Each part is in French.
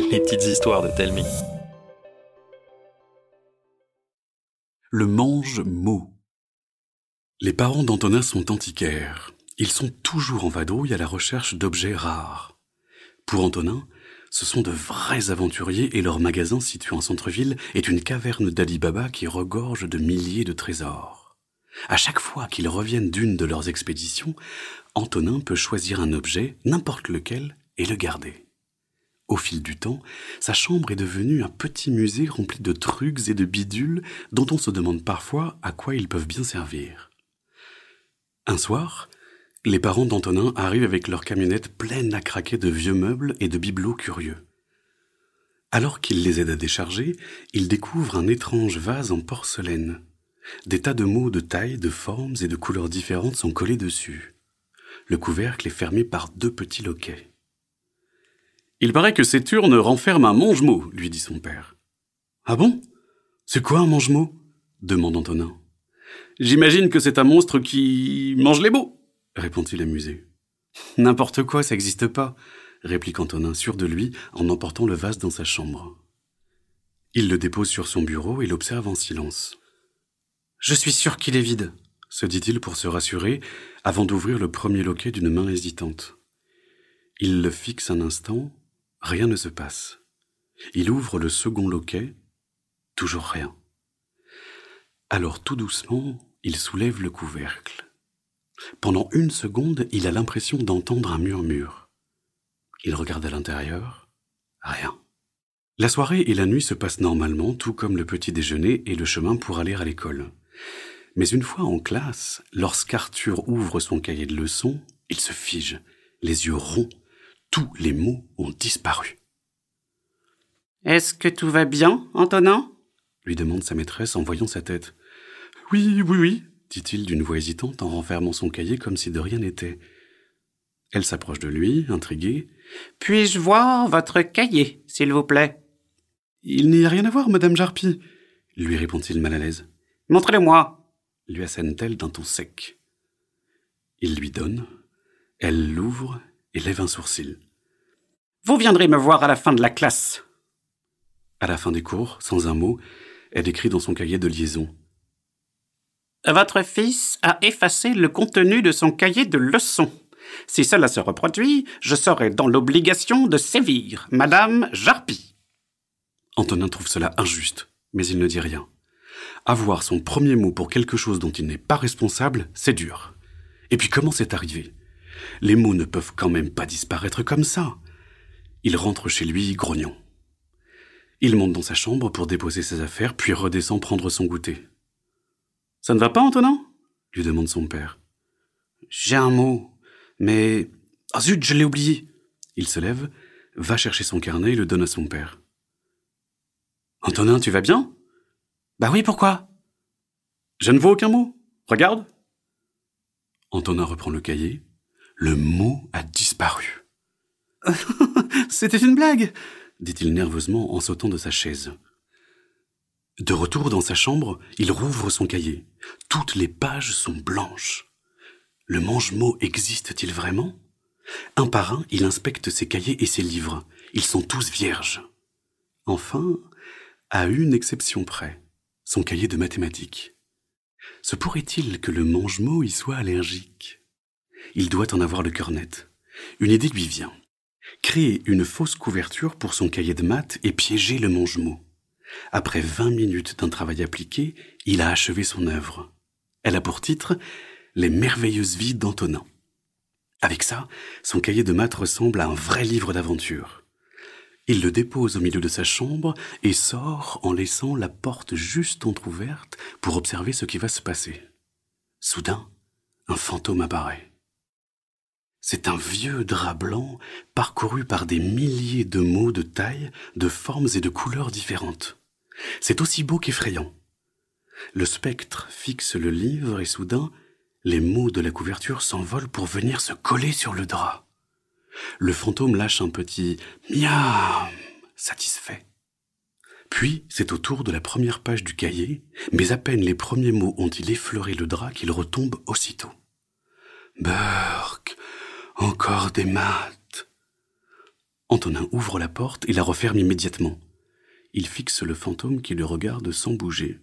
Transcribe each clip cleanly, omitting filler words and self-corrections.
Les petites histoires de Telmi. Le mange-mot. Les parents d'Antonin sont antiquaires. Ils sont toujours en vadrouille à la recherche d'objets rares. Pour Antonin, ce sont de vrais aventuriers et leur magasin situé en centre-ville est une caverne d'Ali Baba qui regorge de milliers de trésors. À chaque fois qu'ils reviennent d'une de leurs expéditions, Antonin peut choisir un objet, n'importe lequel, et le garder. Au fil du temps, sa chambre est devenue un petit musée rempli de trucs et de bidules dont on se demande parfois à quoi ils peuvent bien servir. Un soir, les parents d'Antonin arrivent avec leur camionnette pleine à craquer de vieux meubles et de bibelots curieux. Alors qu'ils les aident à décharger, ils découvrent un étrange vase en porcelaine. Des tas de mots de tailles, de formes et de couleurs différentes sont collés dessus. Le couvercle est fermé par 2 petits loquets. « Il paraît que cette urne renferme un mange-mot, » lui dit son père. « Ah bon ? C'est quoi un mange-mot » demande Antonin. « J'imagine que c'est un monstre qui mange les mots, » répond-il amusé. « N'importe quoi, ça n'existe pas, » réplique Antonin, sûr de lui, en emportant le vase dans sa chambre. Il le dépose sur son bureau et l'observe en silence. « Je suis sûr qu'il est vide, » se dit-il pour se rassurer, avant d'ouvrir le premier loquet d'une main hésitante. Il le fixe un instant, rien ne se passe. Il ouvre le second loquet, toujours rien. Alors tout doucement, il soulève le couvercle. Pendant 1 seconde, il a l'impression d'entendre un murmure. Il regarde à l'intérieur, rien. La soirée et la nuit se passent normalement, tout comme le petit déjeuner et le chemin pour aller à l'école. Mais une fois en classe, lorsqu'Arthur ouvre son cahier de leçons, il se fige, les yeux ronds. Tous les mots ont disparu. « Est-ce que tout va bien, Antonin ?» lui demande sa maîtresse en voyant sa tête. « Oui, » dit-il d'une voix hésitante en renfermant son cahier comme si de rien n'était. Elle s'approche de lui, intriguée. « Puis-je voir votre cahier, s'il vous plaît ?»« Il n'y a rien à voir, Madame Jarpie, » lui répond-il mal à l'aise. « Montrez-le-moi » lui assène-t-elle d'un ton sec. Il lui donne, elle l'ouvre et lève un sourcil. « Vous viendrez me voir à la fin de la classe. » À la fin des cours, sans un mot, elle écrit dans son cahier de liaison. « Votre fils a effacé le contenu de son cahier de leçons. Si cela se reproduit, je serai dans l'obligation de sévir, Madame Jarpie. » Antonin trouve cela injuste, mais il ne dit rien. Avoir son premier mot pour quelque chose dont il n'est pas responsable, c'est dur. Et puis comment c'est arrivé ? Les mots ne peuvent quand même pas disparaître comme ça. Il rentre chez lui, grognant. Il monte dans sa chambre pour déposer ses affaires, puis redescend prendre son goûter. « Ça ne va pas, Antonin ?» lui demande son père. « J'ai un mot, mais... Ah zut, je l'ai oublié !» Il se lève, va chercher son carnet et le donne à son père. « Antonin, tu vas bien ?»« Bah oui, pourquoi ?»« Je ne vois aucun mot. Regarde !» Antonin reprend le cahier. Le mot a disparu. « C'était une blague !» dit-il nerveusement en sautant de sa chaise. De retour dans sa chambre, il rouvre son cahier. Toutes les pages sont blanches. Le mange-mot existe-t-il vraiment ? Un par un, il inspecte ses cahiers et ses livres. Ils sont tous vierges. Enfin, à une exception près, son cahier de mathématiques. Se pourrait-il que le mange-mot y soit allergique ? Il doit en avoir le cœur net. Une idée lui vient. Créer une fausse couverture pour son cahier de maths et piéger le mange-mot. Après 20 minutes d'un travail appliqué, il a achevé son œuvre. Elle a pour titre « Les merveilleuses vies d'Antonin ». Avec ça, son cahier de maths ressemble à un vrai livre d'aventure. Il le dépose au milieu de sa chambre et sort en laissant la porte juste entr'ouverte pour observer ce qui va se passer. Soudain, un fantôme apparaît. C'est un vieux drap blanc parcouru par des milliers de mots de tailles, de formes et de couleurs différentes. C'est aussi beau qu'effrayant. Le spectre fixe le livre et soudain, les mots de la couverture s'envolent pour venir se coller sur le drap. Le fantôme lâche un petit « miam » satisfait. Puis, c'est au tour de la première page du cahier, mais à peine les premiers mots ont-ils effleuré le drap qu'il retombe aussitôt. « Burk ! Encore des maths !» Antonin ouvre la porte et la referme immédiatement. Il fixe le fantôme qui le regarde sans bouger.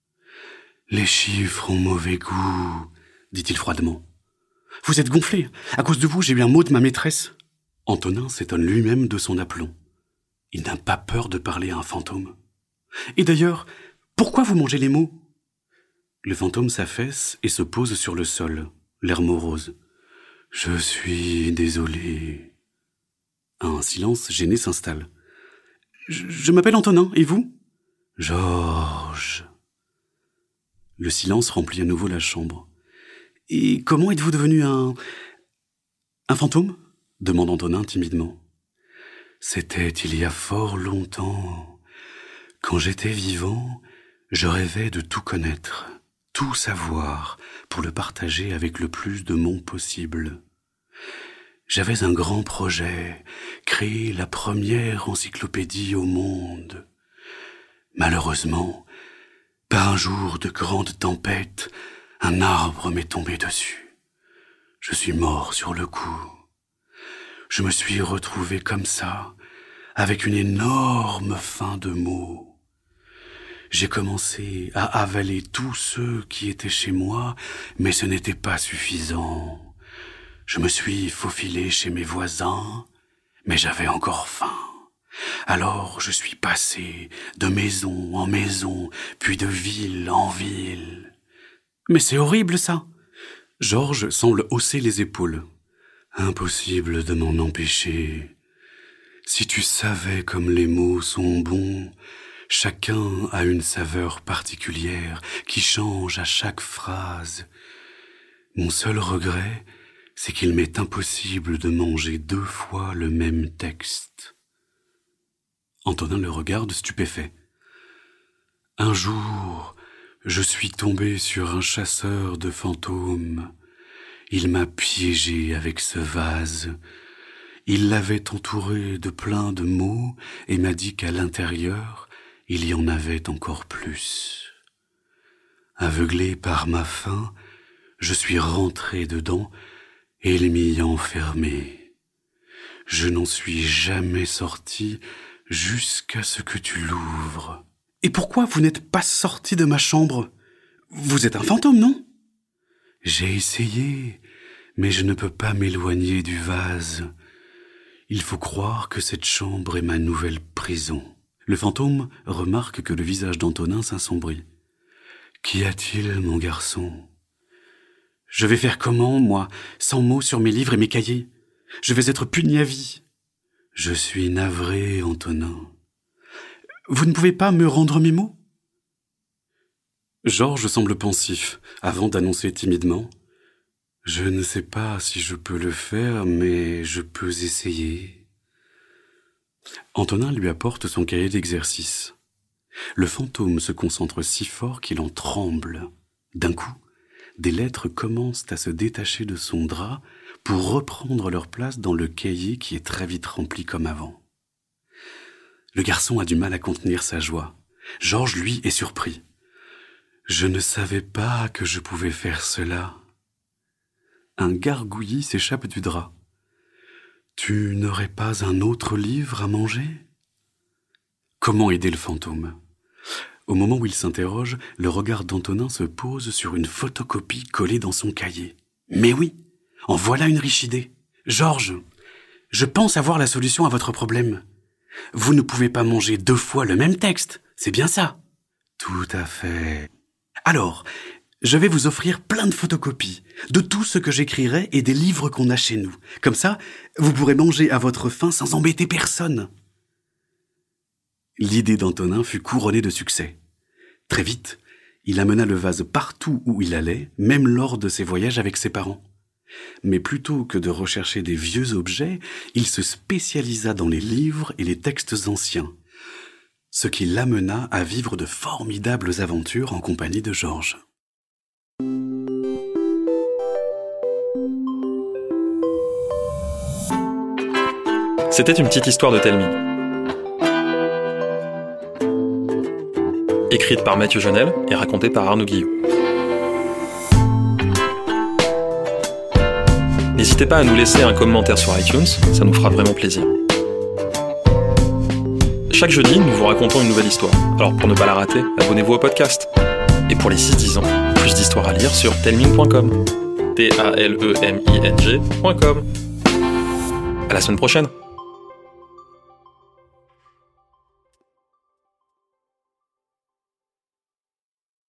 « Les chiffres ont mauvais goût, dit-il froidement. « Vous êtes gonflé. À cause de vous, j'ai eu un mot de ma maîtresse. » Antonin s'étonne lui-même de son aplomb. Il n'a pas peur de parler à un fantôme. « Et d'ailleurs, pourquoi vous mangez les mots ?» Le fantôme s'affaisse et se pose sur le sol, l'air morose. « Je suis désolé. » Un silence gêné s'installe. « Je m'appelle Antonin, et vous ?»« Georges. » Le silence remplit à nouveau la chambre. « Et comment êtes-vous devenu un fantôme ?» demande Antonin timidement. « C'était il y a fort longtemps. Quand j'étais vivant, je rêvais de tout connaître, tout savoir, pour le partager avec le plus de monde possible. J'avais un grand projet, créer la première encyclopédie au monde. Malheureusement, par un jour de grande tempête, un arbre m'est tombé dessus. Je suis mort sur le coup. Je me suis retrouvé comme ça, avec une énorme faim de mots. J'ai commencé à avaler tous ceux qui étaient chez moi, mais ce n'était pas suffisant. Je me suis faufilé chez mes voisins, mais j'avais encore faim. Alors je suis passé de maison en maison, puis de ville en ville. Mais c'est horrible ça. Georges semble hausser les épaules. Impossible de m'en empêcher. Si tu savais comme les mots sont bons, chacun a une saveur particulière qui change à chaque phrase. Mon seul regret, c'est qu'il m'est impossible de manger 2 fois le même texte. Antonin le regarde stupéfait. Un jour, je suis tombé sur un chasseur de fantômes. Il m'a piégé avec ce vase. Il l'avait entouré de plein de mots et m'a dit qu'à l'intérieur, il y en avait encore plus. Aveuglé par ma faim, je suis rentré dedans et il m'y a enfermé. Je n'en suis jamais sorti jusqu'à ce que tu l'ouvres. Et pourquoi vous n'êtes pas sorti de ma chambre? Vous êtes un fantôme, non? J'ai essayé, mais je ne peux pas m'éloigner du vase. Il faut croire que cette chambre est ma nouvelle prison. Le fantôme remarque que le visage d'Antonin s'assombrit. Qu'y a-t-il, mon garçon? Je vais faire comment, moi, sans mots sur mes livres et mes cahiers? Je vais être puni à vie. Je suis navré, Antonin. Vous ne pouvez pas me rendre mes mots? Georges semble pensif, avant d'annoncer timidement. Je ne sais pas si je peux le faire, mais je peux essayer. Antonin lui apporte son cahier d'exercice. Le fantôme se concentre si fort qu'il en tremble. D'un coup, des lettres commencent à se détacher de son drap pour reprendre leur place dans le cahier qui est très vite rempli comme avant. Le garçon a du mal à contenir sa joie. Georges, lui, est surpris. « Je ne savais pas que je pouvais faire cela. » Un gargouillis s'échappe du drap. « Tu n'aurais pas un autre livre à manger ?» Comment aider le fantôme? Au moment où il s'interroge, le regard d'Antonin se pose sur une photocopie collée dans son cahier. Mais oui, en voilà une riche idée. Georges, je pense avoir la solution à votre problème. Vous ne pouvez pas manger 2 fois le même texte, c'est bien ça? Tout à fait. Alors, je vais vous offrir plein de photocopies de tout ce que j'écrirai et des livres qu'on a chez nous. Comme ça, vous pourrez manger à votre faim sans embêter personne. L'idée d'Antonin fut couronnée de succès. Très vite, il amena le vase partout où il allait, même lors de ses voyages avec ses parents. Mais plutôt que de rechercher des vieux objets, il se spécialisa dans les livres et les textes anciens, ce qui l'amena à vivre de formidables aventures en compagnie de Georges. C'était une petite histoire de Telmi. Écrite par Mathieu Jonel et racontée par Arnaud Guillot. N'hésitez pas à nous laisser un commentaire sur iTunes, ça nous fera vraiment plaisir. Chaque jeudi, nous vous racontons une nouvelle histoire. Alors pour ne pas la rater, abonnez-vous au podcast. Et pour les 6-10 ans, plus d'histoires à lire sur telming.com. TALEMING.com. À la semaine prochaine.